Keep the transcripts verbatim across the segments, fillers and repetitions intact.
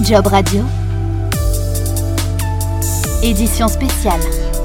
Job Radio, édition spéciale.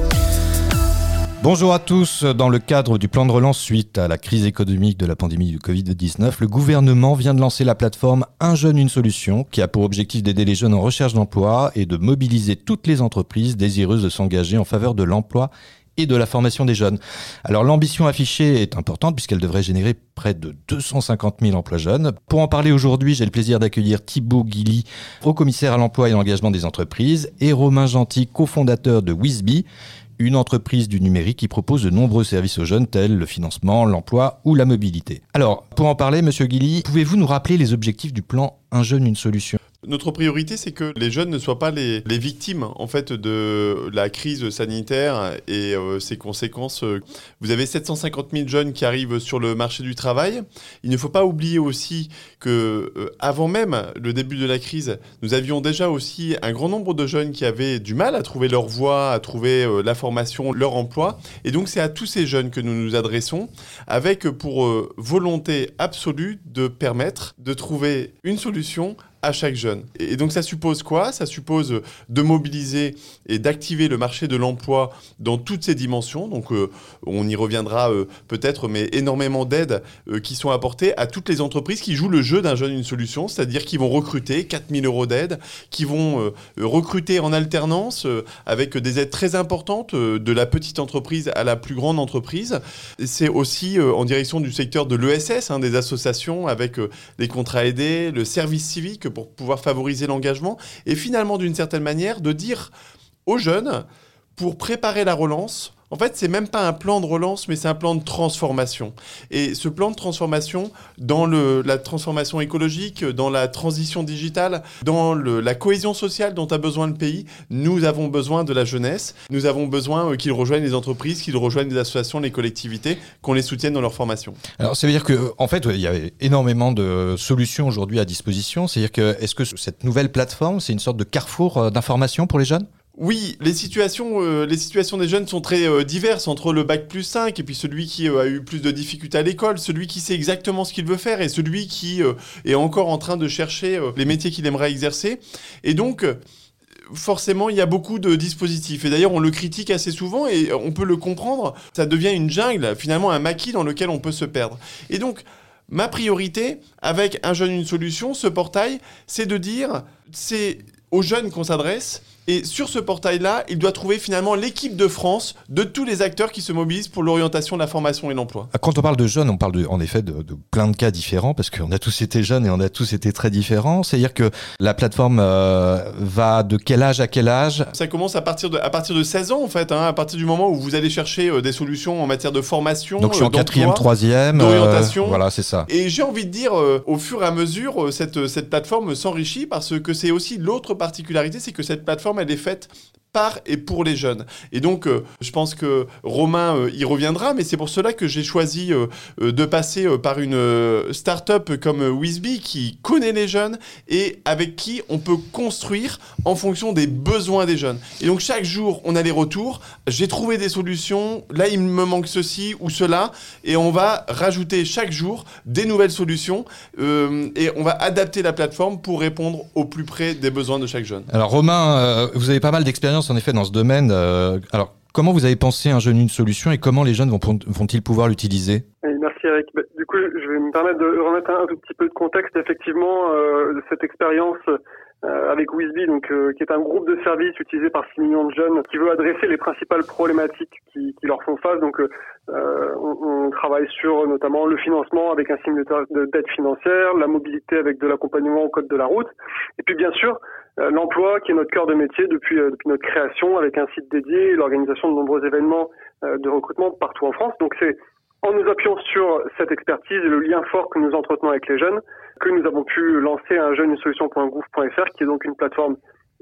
Bonjour à tous. Dans le cadre du plan de relance suite à la crise économique de la pandémie du covid dix-neuf, le gouvernement vient de lancer la plateforme Un jeune, une solution, qui a pour objectif d'aider les jeunes en recherche d'emploi et de mobiliser toutes les entreprises désireuses de s'engager en faveur de l'emploi et de la formation des jeunes. Alors l'ambition affichée est importante puisqu'elle devrait générer près de deux cent cinquante mille emplois jeunes. Pour en parler aujourd'hui, j'ai le plaisir d'accueillir Thibaut Guilly, haut-commissaire à l'emploi et à l'engagement des entreprises, et Romain Gentil, cofondateur de Wizbee, une entreprise du numérique qui propose de nombreux services aux jeunes tels le financement, l'emploi ou la mobilité. Alors, pour en parler, Monsieur Guilly, pouvez-vous nous rappeler les objectifs du plan Un jeune, une solution ? Notre priorité, c'est que les jeunes ne soient pas les, les victimes en fait de la crise sanitaire et euh, ses conséquences. Vous avez sept cent cinquante mille jeunes qui arrivent sur le marché du travail. Il ne faut pas oublier aussi que euh, avant même le début de la crise, nous avions déjà aussi un grand nombre de jeunes qui avaient du mal à trouver leur voie, à trouver euh, la formation, leur emploi. Et donc, c'est à tous ces jeunes que nous nous adressons avec pour euh, volonté absolue de permettre de trouver une solution à chaque jeune. Et donc ça suppose quoi ? Ça suppose de mobiliser et d'activer le marché de l'emploi dans toutes ses dimensions. Donc euh, on y reviendra euh, peut-être, mais énormément d'aides euh, qui sont apportées à toutes les entreprises qui jouent le jeu d'un jeune, une solution, c'est-à-dire qui vont recruter quatre mille euros d'aide, qui vont euh, recruter en alternance euh, avec des aides très importantes euh, de la petite entreprise à la plus grande entreprise. Et c'est aussi euh, en direction du secteur de l'E S S, hein, des associations avec euh, les contrats aidés, le service civique pour pouvoir favoriser l'engagement et finalement d'une certaine manière de dire aux jeunes, pour préparer la relance, en fait, c'est même pas un plan de relance, mais c'est un plan de transformation. Et ce plan de transformation, dans le, la transformation écologique, dans la transition digitale, dans le, la cohésion sociale dont a besoin le pays, nous avons besoin de la jeunesse. Nous avons besoin euh, qu'ils rejoignent les entreprises, qu'ils rejoignent les associations, les collectivités, qu'on les soutienne dans leur formation. Alors, ça veut dire que, en fait, il y a énormément de solutions aujourd'hui à disposition. C'est-à-dire que, est-ce que cette nouvelle plateforme, c'est une sorte de carrefour d'information pour les jeunes ? Oui, les situations, euh, les situations des jeunes sont très euh, diverses entre le bac plus cinq et puis celui qui euh, a eu plus de difficultés à l'école, celui qui sait exactement ce qu'il veut faire et celui qui euh, est encore en train de chercher euh, les métiers qu'il aimerait exercer. Et donc, euh, forcément, il y a beaucoup de dispositifs. Et d'ailleurs, on le critique assez souvent et on peut le comprendre. Ça devient une jungle, finalement un maquis dans lequel on peut se perdre. Et donc, ma priorité, avec Un jeune, une solution, ce portail, c'est de dire, c'est aux jeunes qu'on s'adresse. Et sur ce portail-là, il doit trouver finalement l'équipe de France de tous les acteurs qui se mobilisent pour l'orientation, la formation et l'emploi. Quand on parle de jeunes, on parle de, en effet de, de plein de cas différents parce qu'on a tous été jeunes et on a tous été très différents. C'est-à-dire que la plateforme euh, va de quel âge à quel âge ? Ça commence à partir de, à partir de seize ans en fait, hein, à partir du moment où vous allez chercher euh, des solutions en matière de formation, donc je suis en d'emploi, quatrième, troisième, d'orientation. Euh, voilà, c'est ça. Et j'ai envie de dire, euh, au fur et à mesure, euh, cette, cette plateforme s'enrichit parce que c'est aussi l'autre particularité, c'est que cette plateforme, elle est faite par et pour les jeunes. Et donc, euh, je pense que Romain euh, y reviendra, mais c'est pour cela que j'ai choisi euh, euh, de passer euh, par une euh, start-up comme euh, Wizbee qui connaît les jeunes et avec qui on peut construire en fonction des besoins des jeunes. Et donc, chaque jour, on a les retours. J'ai trouvé des solutions. Là, il me manque ceci ou cela. Et on va rajouter chaque jour des nouvelles solutions euh, et on va adapter la plateforme pour répondre au plus près des besoins de chaque jeune. Alors, Romain, euh, vous avez pas mal d'expérience en effet dans ce domaine. Euh, alors, comment vous avez pensé Un jeune, une solution et comment les jeunes vont, vont-ils pouvoir l'utiliser ? Oui, merci Eric. Bah, du coup, je vais me permettre de remettre un, un tout petit peu de contexte. Effectivement, euh, cette expérience euh, avec Wizbee, donc euh, qui est un groupe de services utilisé par six millions de jeunes, qui veut adresser les principales problématiques qui, qui leur font face. Donc, euh, on, on travaille sur notamment le financement avec un simulateur de dette financière, la mobilité avec de l'accompagnement au code de la route, et puis bien sûr Euh, l'emploi qui est notre cœur de métier depuis, euh, depuis notre création avec un site dédié et l'organisation de nombreux événements euh, de recrutement partout en France. Donc c'est en nous appuyant sur cette expertise et le lien fort que nous entretenons avec les jeunes que nous avons pu lancer un jeune une solution point gouv point f r qui est donc une plateforme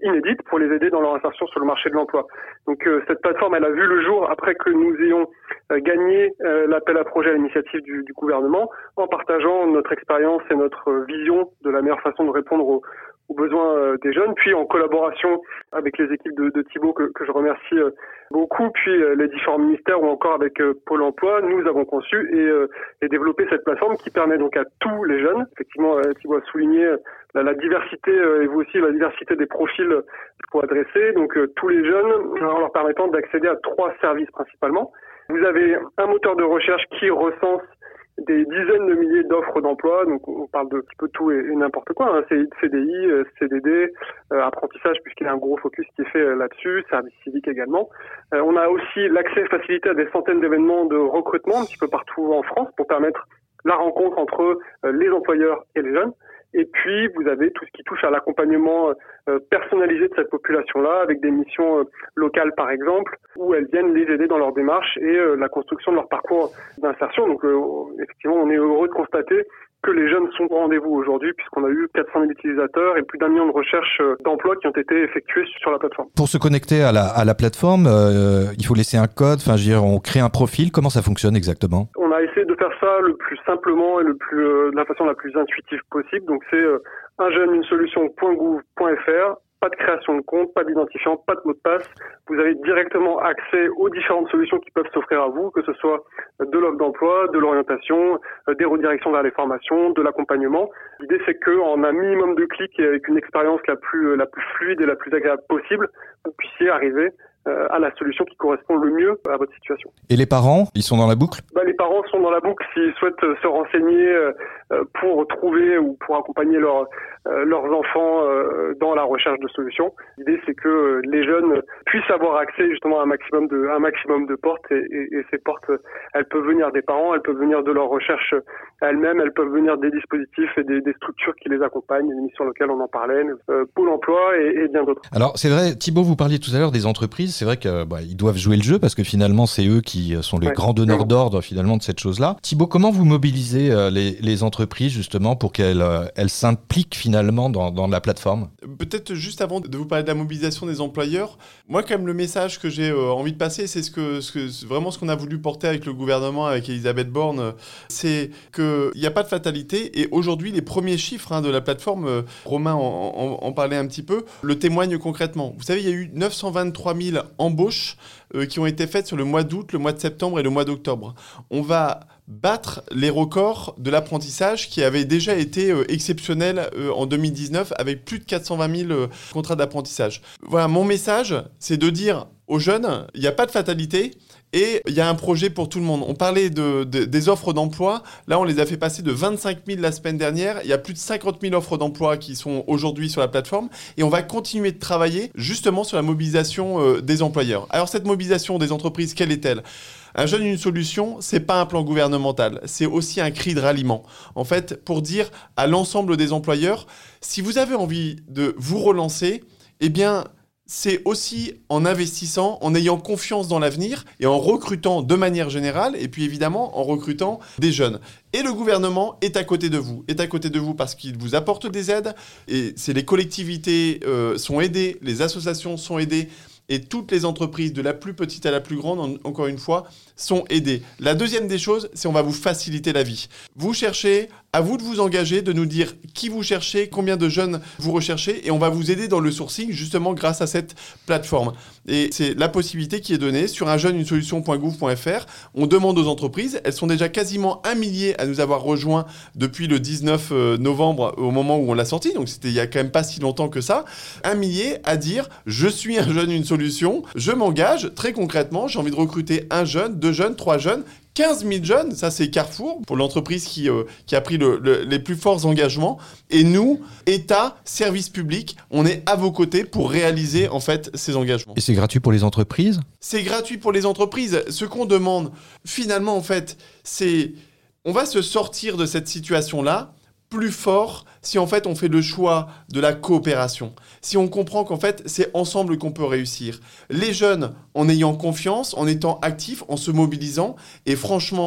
inédites pour les aider dans leur insertion sur le marché de l'emploi. Donc euh, cette plateforme, elle a vu le jour après que nous ayons euh, gagné euh, l'appel à projet à l'initiative du, du gouvernement, en partageant notre expérience et notre vision de la meilleure façon de répondre aux, aux besoins euh, des jeunes, puis en collaboration avec les équipes de, de Thibaut que, que je remercie euh, beaucoup, puis euh, les différents ministères ou encore avec euh, Pôle emploi, nous avons conçu et, euh, et développé cette plateforme qui permet donc à tous les jeunes, effectivement euh, Thibaut a souligné euh, la, la diversité euh, et vous aussi la diversité des profils euh, pour adresser, donc euh, tous les jeunes en leur permettant d'accéder à trois services principalement. Vous avez un moteur de recherche qui recense des dizaines de milliers d'offres d'emploi, donc on parle de un petit peu tout et, et n'importe quoi, hein. C'est C D I, euh, C D D, euh, apprentissage puisqu'il y a un gros focus qui est fait euh, là-dessus, service civique également. Euh, on a aussi l'accès facilité à des centaines d'événements de recrutement un petit peu partout en France pour permettre la rencontre entre euh, les employeurs et les jeunes. Et puis, vous avez tout ce qui touche à l'accompagnement euh, personnalisé de cette population-là, avec des missions euh, locales, par exemple, où elles viennent les aider dans leur démarche et euh, la construction de leur parcours d'insertion. Donc, euh, effectivement, on est heureux de constater que les jeunes sont au rendez-vous aujourd'hui, puisqu'on a eu quatre cent mille utilisateurs et plus d'un million de recherches d'emploi qui ont été effectuées sur la plateforme. Pour se connecter à la, à la plateforme, euh, il faut laisser un code, enfin, je veux dire, on crée un profil. Comment ça fonctionne exactement ? On a essayé de faire ça le plus simplement et le plus, euh, de la façon la plus intuitive possible. Donc, c'est euh, un jeune une solution point gouv point f r. Pas de création de compte, pas d'identifiant, pas de mot de passe. Vous avez directement accès aux différentes solutions qui peuvent s'offrir à vous, que ce soit de l'offre d'emploi, de l'orientation, des redirections vers les formations, de l'accompagnement. L'idée, c'est qu'en un minimum de clics et avec une expérience la plus, la plus fluide et la plus agréable possible, vous puissiez arriver euh, à la solution qui correspond le mieux à votre situation. Et les parents, ils sont dans la boucle ? Bah, les parents sont dans la boucle s'ils souhaitent se renseigner euh, pour trouver ou pour accompagner leur, euh, leurs enfants euh, dans la recherche de solutions. L'idée, c'est que euh, les jeunes puissent avoir accès justement à un maximum de, à un maximum de portes et, et, et ces portes, elles peuvent venir des parents, elles peuvent venir de leur recherche elles-mêmes, elles peuvent venir des dispositifs et des, des structures qui les accompagnent, des missions locales, on en parlait, euh, Pôle emploi et, et bien d'autres. Alors, c'est vrai, Thibaut, vous parliez tout à l'heure des entreprises. C'est vrai qu'ils bah, doivent jouer le jeu parce que finalement, c'est eux qui sont les ouais, grands donneurs d'ordre finalement de cette chose-là. Thibaut, comment vous mobilisez euh, les, les entreprises justement pour qu'elles euh, elles s'impliquent finalement dans, dans la plateforme ? Peut-être juste avant de vous parler de la mobilisation des employeurs, moi quand même le message que j'ai euh, envie de passer, c'est ce que, ce que, vraiment ce qu'on a voulu porter avec le gouvernement, avec Elisabeth Borne, euh, c'est qu'il n'y a pas de fatalité et aujourd'hui les premiers chiffres hein, de la plateforme, euh, Romain en, en, en parlait un petit peu, le témoignent concrètement. Vous savez, il y a eu neuf cent vingt-trois mille embauches euh, qui ont été faites sur le mois d'août, le mois de septembre et le mois d'octobre. On va battre les records de l'apprentissage qui avaient déjà été euh, exceptionnels euh, en deux mille dix-neuf avec plus de quatre cent vingt mille euh, contrats d'apprentissage. Voilà, mon message, c'est de dire aux jeunes, il n'y a pas de fatalité et il y a un projet pour tout le monde. On parlait de, de, des offres d'emploi, là on les a fait passer de vingt-cinq mille la semaine dernière, il y a plus de cinquante mille offres d'emploi qui sont aujourd'hui sur la plateforme et on va continuer de travailler justement sur la mobilisation euh, des employeurs. Alors cette mobilisation des entreprises, quelle est-elle ? Un jeune, une solution, c'est pas un plan gouvernemental, c'est aussi un cri de ralliement. En fait, pour dire à l'ensemble des employeurs, si vous avez envie de vous relancer, eh bien, c'est aussi en investissant, en ayant confiance dans l'avenir et en recrutant de manière générale et puis évidemment en recrutant des jeunes. Et le gouvernement est à côté de vous, est à côté de vous parce qu'il vous apporte des aides et c'est les collectivités euh, sont aidées, les associations sont aidées. Et toutes les entreprises, de la plus petite à la plus grande, en, encore une fois, sont aidées. La deuxième des choses, c'est on va vous faciliter la vie. Vous cherchez, à vous de vous engager, de nous dire qui vous cherchez, combien de jeunes vous recherchez, et on va vous aider dans le sourcing, justement grâce à cette plateforme. Et c'est la possibilité qui est donnée sur un jeune une solution point gouv point f r. On demande aux entreprises, elles sont déjà quasiment un millier à nous avoir rejoints depuis le dix-neuf novembre, au moment où on l'a sorti, donc c'était il y a quand même pas si longtemps que ça, un millier à dire « je suis un jeune une solution, je m'engage très concrètement, j'ai envie de recruter un jeune, deux jeunes, trois jeunes, quinze mille jeunes, ça c'est Carrefour, pour l'entreprise qui, euh, qui a pris le, le, les plus forts engagements. Et nous, État, service public, on est à vos côtés pour réaliser en fait ces engagements. Et c'est gratuit pour les entreprises ? C'est gratuit pour les entreprises. Ce qu'on demande, finalement en fait, c'est on va se sortir de cette situation-là plus fort si en fait on fait le choix de la coopération. Si on comprend qu'en fait c'est ensemble qu'on peut réussir. Les jeunes en ayant confiance, en étant actifs, en se mobilisant et franchement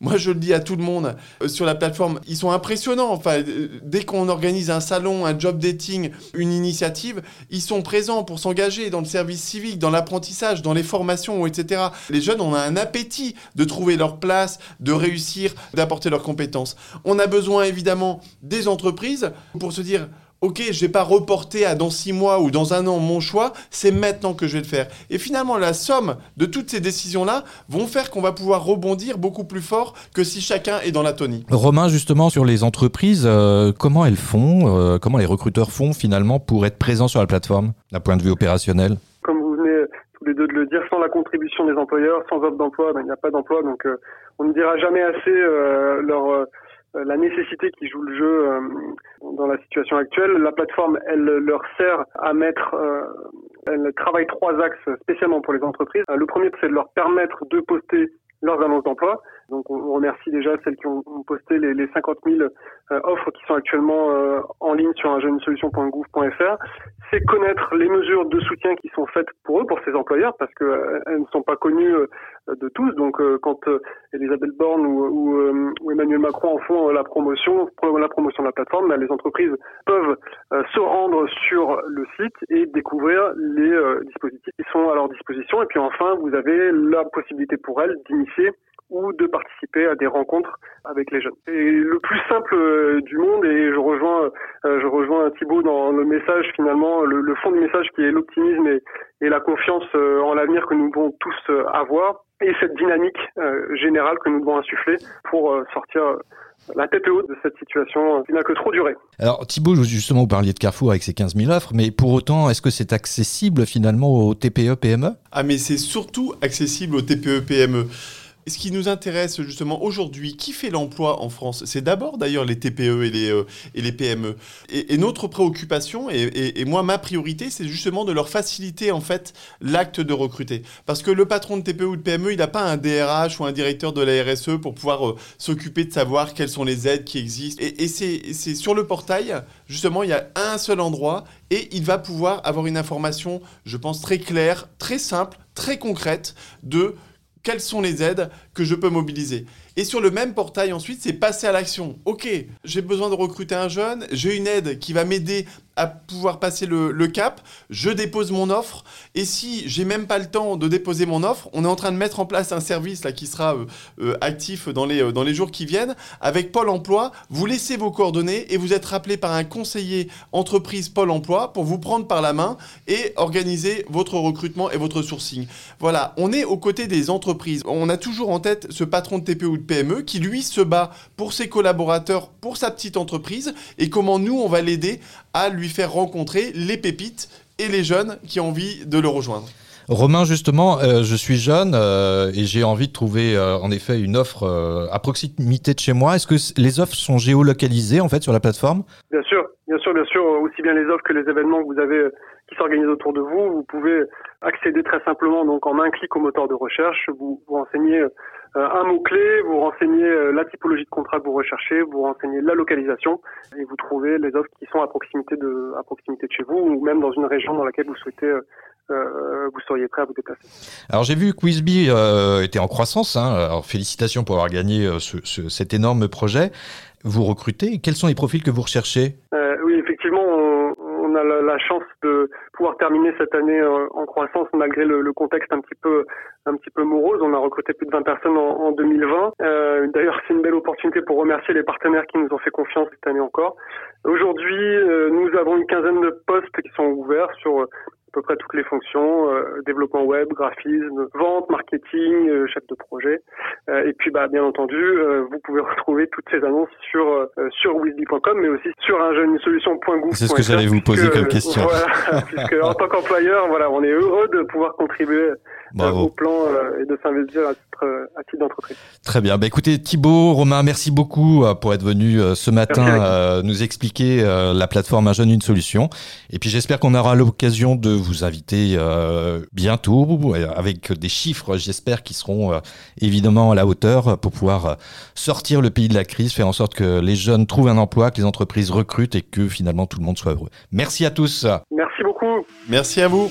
Moi, je le dis à tout le monde, euh, sur la plateforme, ils sont impressionnants. Enfin, euh, dès qu'on organise un salon, un job dating, une initiative, ils sont présents pour s'engager dans le service civique, dans l'apprentissage, dans les formations, et cetera. Les jeunes, on a un appétit de trouver leur place, de réussir, d'apporter leurs compétences. On a besoin, évidemment, des entreprises pour se dire... Ok, je vais pas reporter à dans six mois ou dans un an mon choix, c'est maintenant que je vais le faire. Et finalement, la somme de toutes ces décisions-là vont faire qu'on va pouvoir rebondir beaucoup plus fort que si chacun est dans l'atonie. Romain, justement, sur les entreprises, euh, comment elles font, euh, comment les recruteurs font finalement pour être présents sur la plateforme, d'un point de vue opérationnel ? Comme vous venez tous les deux de le dire, sans la contribution des employeurs, sans offre d'emploi, ben, il n'y a pas d'emploi. Donc euh, on ne dira jamais assez euh, leur... Euh, la nécessité qui joue le jeu euh, dans la situation actuelle. La plateforme, elle leur sert à mettre, euh, elle travaille trois axes spécialement pour les entreprises. Le premier, c'est de leur permettre de poster leurs annonces d'emploi. Donc on remercie déjà celles qui ont posté les, les cinquante mille euh, offres qui sont actuellement euh, en ligne sur un jeune solution point gouv point f r. C'est connaître les mesures de soutien qui sont faites pour eux, pour ces employeurs, parce que euh, elles ne sont pas connues euh, de tous. Donc euh, quand euh, Elisabeth Borne ou, ou, euh, ou Emmanuel Macron en font euh, la promotion, la promotion de la plateforme, là, les entreprises peuvent euh, se rendre sur le site et découvrir les euh, dispositifs qui sont à leur disposition. Et puis enfin, vous avez la possibilité pour elles d'initier ou de participer à des rencontres avec les jeunes. C'est le plus simple euh, du monde et je rejoins euh, je rejoins Thibaut dans le message finalement, le, le fond du message qui est l'optimisme et, et la confiance euh, en l'avenir que nous devons tous euh, avoir et cette dynamique euh, générale que nous devons insuffler pour euh, sortir euh, la tête haute de cette situation qui n'a que trop duré. Alors Thibaut, justement, vous parliez de Carrefour avec ses quinze mille offres, mais pour autant, est-ce que c'est accessible finalement aux T P E P M E ? Ah mais c'est surtout accessible aux T P E P M E. Ce qui nous intéresse justement aujourd'hui, qui fait l'emploi en France ? C'est d'abord d'ailleurs les T P E et les, euh, et les P M E. Et, et notre préoccupation, et, et, et moi ma priorité, c'est justement de leur faciliter en fait l'acte de recruter. Parce que le patron de T P E ou de P M E, il n'a pas un D R H ou un directeur de la R S E pour pouvoir euh, s'occuper de savoir quelles sont les aides qui existent. Et, et c'est, c'est sur le portail, justement, il y a un seul endroit et il va pouvoir avoir une information, je pense, très claire, très simple, très concrète de quelles sont les aides que je peux mobiliser. Et sur le même portail, ensuite, c'est passer à l'action. Ok, j'ai besoin de recruter un jeune, j'ai une aide qui va m'aider à pouvoir passer le, le cap, je dépose mon offre, et si j'ai même pas le temps de déposer mon offre, on est en train de mettre en place un service là, qui sera euh, euh, actif dans les, euh, dans les jours qui viennent. Avec Pôle emploi, vous laissez vos coordonnées et vous êtes rappelé par un conseiller entreprise Pôle emploi pour vous prendre par la main et organiser votre recrutement et votre sourcing. Voilà, on est aux côtés des entreprises. On a toujours en tête ce patron de T P E ou de P M E qui, lui, se bat pour ses collaborateurs, pour sa petite entreprise, et comment nous, on va l'aider à lui faire rencontrer les pépites et les jeunes qui ont envie de le rejoindre. Romain, justement, euh, je suis jeune euh, et j'ai envie de trouver euh, en effet une offre euh, à proximité de chez moi. Est-ce que c- les offres sont géolocalisées en fait sur la plateforme ? Bien sûr, bien sûr, bien sûr. Aussi bien les offres que les événements que vous avez euh, qui s'organisent autour de vous. Vous pouvez accéder très simplement donc en un clic au moteur de recherche. Vous vous renseignez euh, un mot-clé, vous renseignez euh, la typologie de contrat que vous recherchez, vous renseignez la localisation et vous trouvez les offres qui sont à proximité de à proximité de chez vous ou même dans une région dans laquelle vous souhaitez euh, Euh, vous seriez prêt à vous déplacer. Alors j'ai vu que Wizbee euh, était en croissance. Hein. Alors félicitations pour avoir gagné euh, ce, ce, cet énorme projet. Vous recrutez. Quels sont les profils que vous recherchez ? euh, Oui, effectivement, on, on a la, la chance de pouvoir terminer cette année euh, en croissance malgré le, le contexte un petit peu un petit peu morose. On a recruté plus de vingt personnes en, en deux mille vingt. Euh, d'ailleurs, c'est une belle opportunité pour remercier les partenaires qui nous ont fait confiance cette année encore. Aujourd'hui, euh, nous avons une quinzaine de postes qui sont ouverts sur à peu près toutes les fonctions, euh, développement web, graphisme, vente, marketing, euh, chef de projet. Euh, et puis, bah, bien entendu, euh, vous pouvez retrouver toutes ces annonces sur euh, sur wizbee point com, mais aussi sur un jeune solution point gouv point f r. C'est ce que j'allais vous poser comme question. Voilà, puisque en tant qu'employeur, voilà, on est heureux de pouvoir contribuer euh, au plan euh, et de s'investir à titre, à titre d'entreprise. Très bien. Bah, écoutez, Thibaut, Romain, merci beaucoup euh, pour être venu euh, ce matin euh, nous expliquer euh, la plateforme Un jeune, une solution. Et puis j'espère qu'on aura l'occasion de vous inviter euh, bientôt avec des chiffres, j'espère, qui seront euh, évidemment à la hauteur pour pouvoir euh, sortir le pays de la crise, faire en sorte que les jeunes trouvent un emploi, que les entreprises recrutent et que finalement tout le monde soit heureux. Merci à tous. Merci beaucoup. Merci à vous.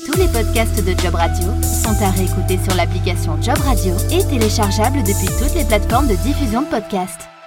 Tous les podcasts de Job Radio sont à réécouter sur l'application Job Radio et téléchargeables depuis toutes les plateformes de diffusion de podcasts.